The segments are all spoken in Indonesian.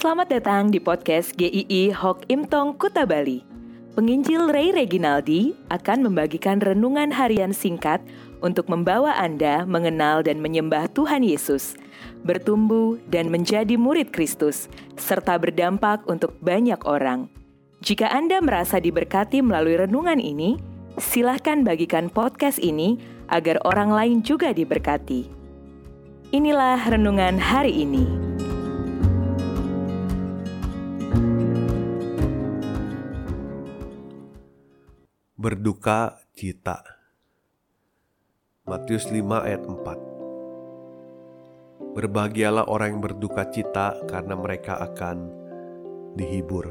Selamat datang di podcast GII Hok Imtong Kuta Bali. Penginjil Ray Reginaldi akan membagikan renungan harian singkat untuk membawa Anda mengenal dan menyembah Tuhan Yesus, bertumbuh dan menjadi murid Kristus, serta berdampak untuk banyak orang. Jika Anda merasa diberkati melalui renungan ini, silahkan bagikan podcast ini agar orang lain juga diberkati. Inilah renungan hari ini. Berduka cita. Matius 5 ayat 4. Berbahagialah orang yang berduka cita karena mereka akan dihibur.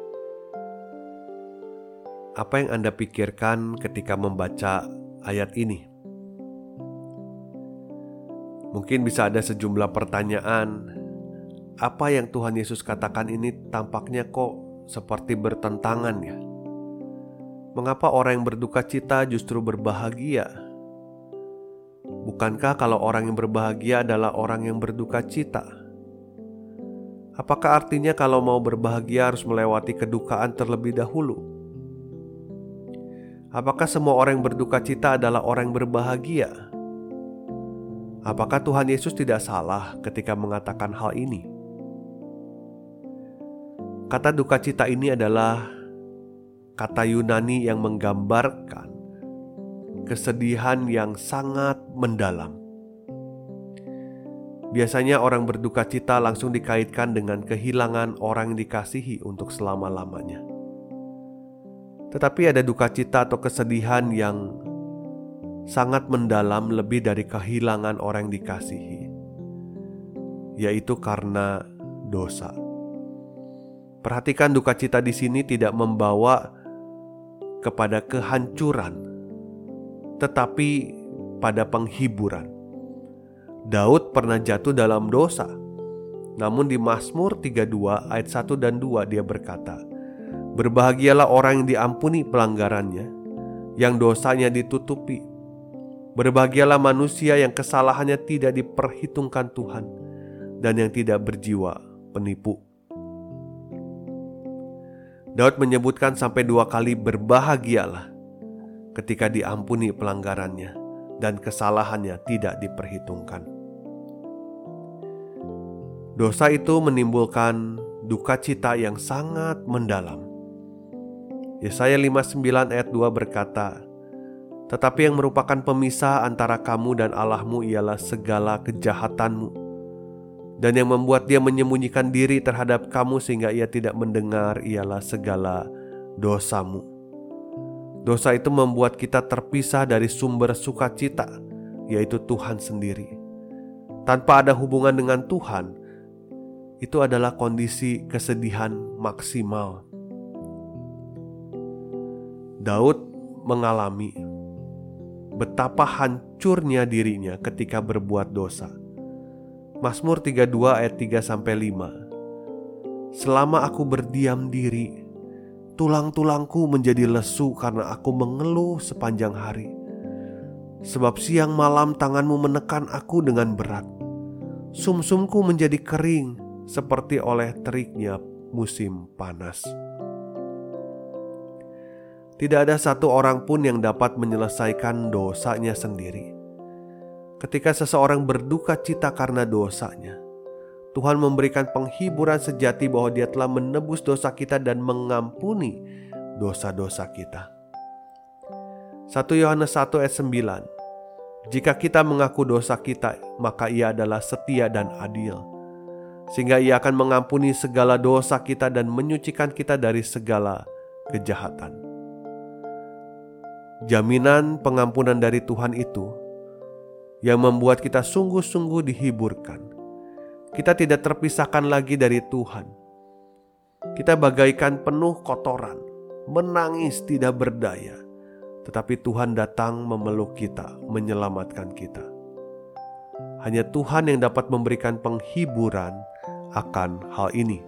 Apa yang Anda pikirkan ketika membaca ayat ini? Mungkin bisa ada sejumlah pertanyaan. Apa yang Tuhan Yesus katakan ini tampaknya kok seperti bertentangan ya? Mengapa orang yang berduka cita justru berbahagia? Bukankah kalau orang yang berbahagia adalah orang yang berduka cita? Apakah artinya kalau mau berbahagia harus melewati kedukaan terlebih dahulu? Apakah semua orang yang berduka cita adalah orang yang berbahagia? Apakah Tuhan Yesus tidak salah ketika mengatakan hal ini? Kata duka cita ini adalah kata Yunani yang menggambarkan kesedihan yang sangat mendalam. Biasanya orang berduka cita langsung dikaitkan dengan kehilangan orang yang dikasihi untuk selama-lamanya. Tetapi ada duka cita atau kesedihan yang sangat mendalam lebih dari kehilangan orang yang dikasihi, yaitu karena dosa. Perhatikan, duka cita di sini tidak membawa kepada kehancuran, tetapi pada penghiburan. Daud pernah jatuh dalam dosa, namun di Mazmur 32 ayat 1 dan 2 dia berkata, "Berbahagialah orang yang diampuni pelanggarannya, yang dosanya ditutupi. Berbahagialah manusia yang kesalahannya tidak diperhitungkan Tuhan, dan yang tidak berjiwa penipu." Daud menyebutkan sampai 2 kali berbahagialah ketika diampuni pelanggarannya dan kesalahannya tidak diperhitungkan. Dosa itu menimbulkan duka cita yang sangat mendalam. Yesaya 59 ayat 2 berkata, "Tetapi yang merupakan pemisah antara kamu dan Allahmu ialah segala kejahatanmu, dan yang membuat dia menyembunyikan diri terhadap kamu sehingga ia tidak mendengar ialah segala dosamu." Dosa itu membuat kita terpisah dari sumber sukacita, yaitu Tuhan sendiri. Tanpa ada hubungan dengan Tuhan, itu adalah kondisi kesedihan maksimal. Daud mengalami betapa hancurnya dirinya ketika berbuat dosa. Mazmur 32 ayat 3-5. "Selama aku berdiam diri, tulang-tulangku menjadi lesu karena aku mengeluh sepanjang hari. Sebab siang malam tanganmu menekan aku dengan berat. Sumsumku menjadi kering seperti oleh teriknya musim panas." Tidak ada satu orang pun yang dapat menyelesaikan dosanya sendiri. Ketika seseorang berduka cita karena dosanya, Tuhan memberikan penghiburan sejati bahwa Dia telah menebus dosa kita dan mengampuni dosa-dosa kita. 1 Yohanes 1 ayat 9. "Jika kita mengaku dosa kita, maka Ia adalah setia dan adil, sehingga Ia akan mengampuni segala dosa kita dan menyucikan kita dari segala kejahatan." Jaminan pengampunan dari Tuhan itu yang membuat kita sungguh-sungguh dihiburkan. Kita tidak terpisahkan lagi dari Tuhan. Kita bagaikan penuh kotoran, menangis tidak berdaya, tetapi Tuhan datang memeluk kita, menyelamatkan kita. Hanya Tuhan yang dapat memberikan penghiburan akan hal ini.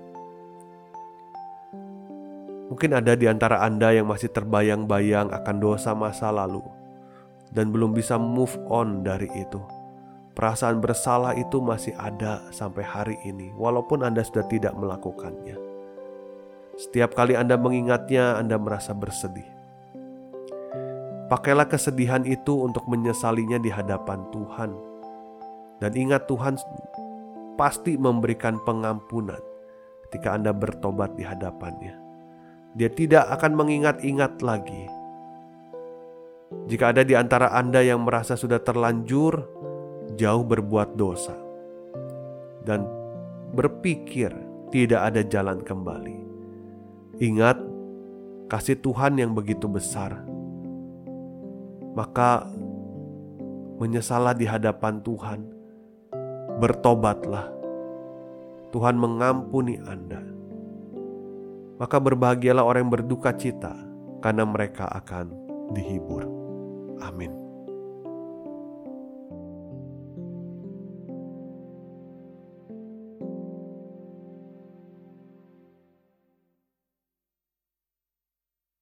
Mungkin ada di antara Anda yang masih terbayang-bayang akan dosa masa lalu dan belum bisa move on dari itu. perasaan bersalah itu masih ada sampai hari ini, walaupun Anda sudah tidak melakukannya. Setiap kali Anda mengingatnya, Anda merasa bersedih. Pakailah kesedihan itu untuk menyesalinya di hadapan Tuhan. Dan ingat, Tuhan pasti memberikan pengampunan ketika Anda bertobat di hadapannya. Dia tidak akan mengingat-ingat lagi. Jika ada di antara Anda yang merasa sudah terlanjur jauh berbuat dosa dan berpikir tidak ada jalan kembali, ingat kasih Tuhan yang begitu besar. Maka menyesallah di hadapan Tuhan, bertobatlah. Tuhan mengampuni Anda. Maka berbahagialah orang yang berduka cita, karena mereka akan dihibur. Amin.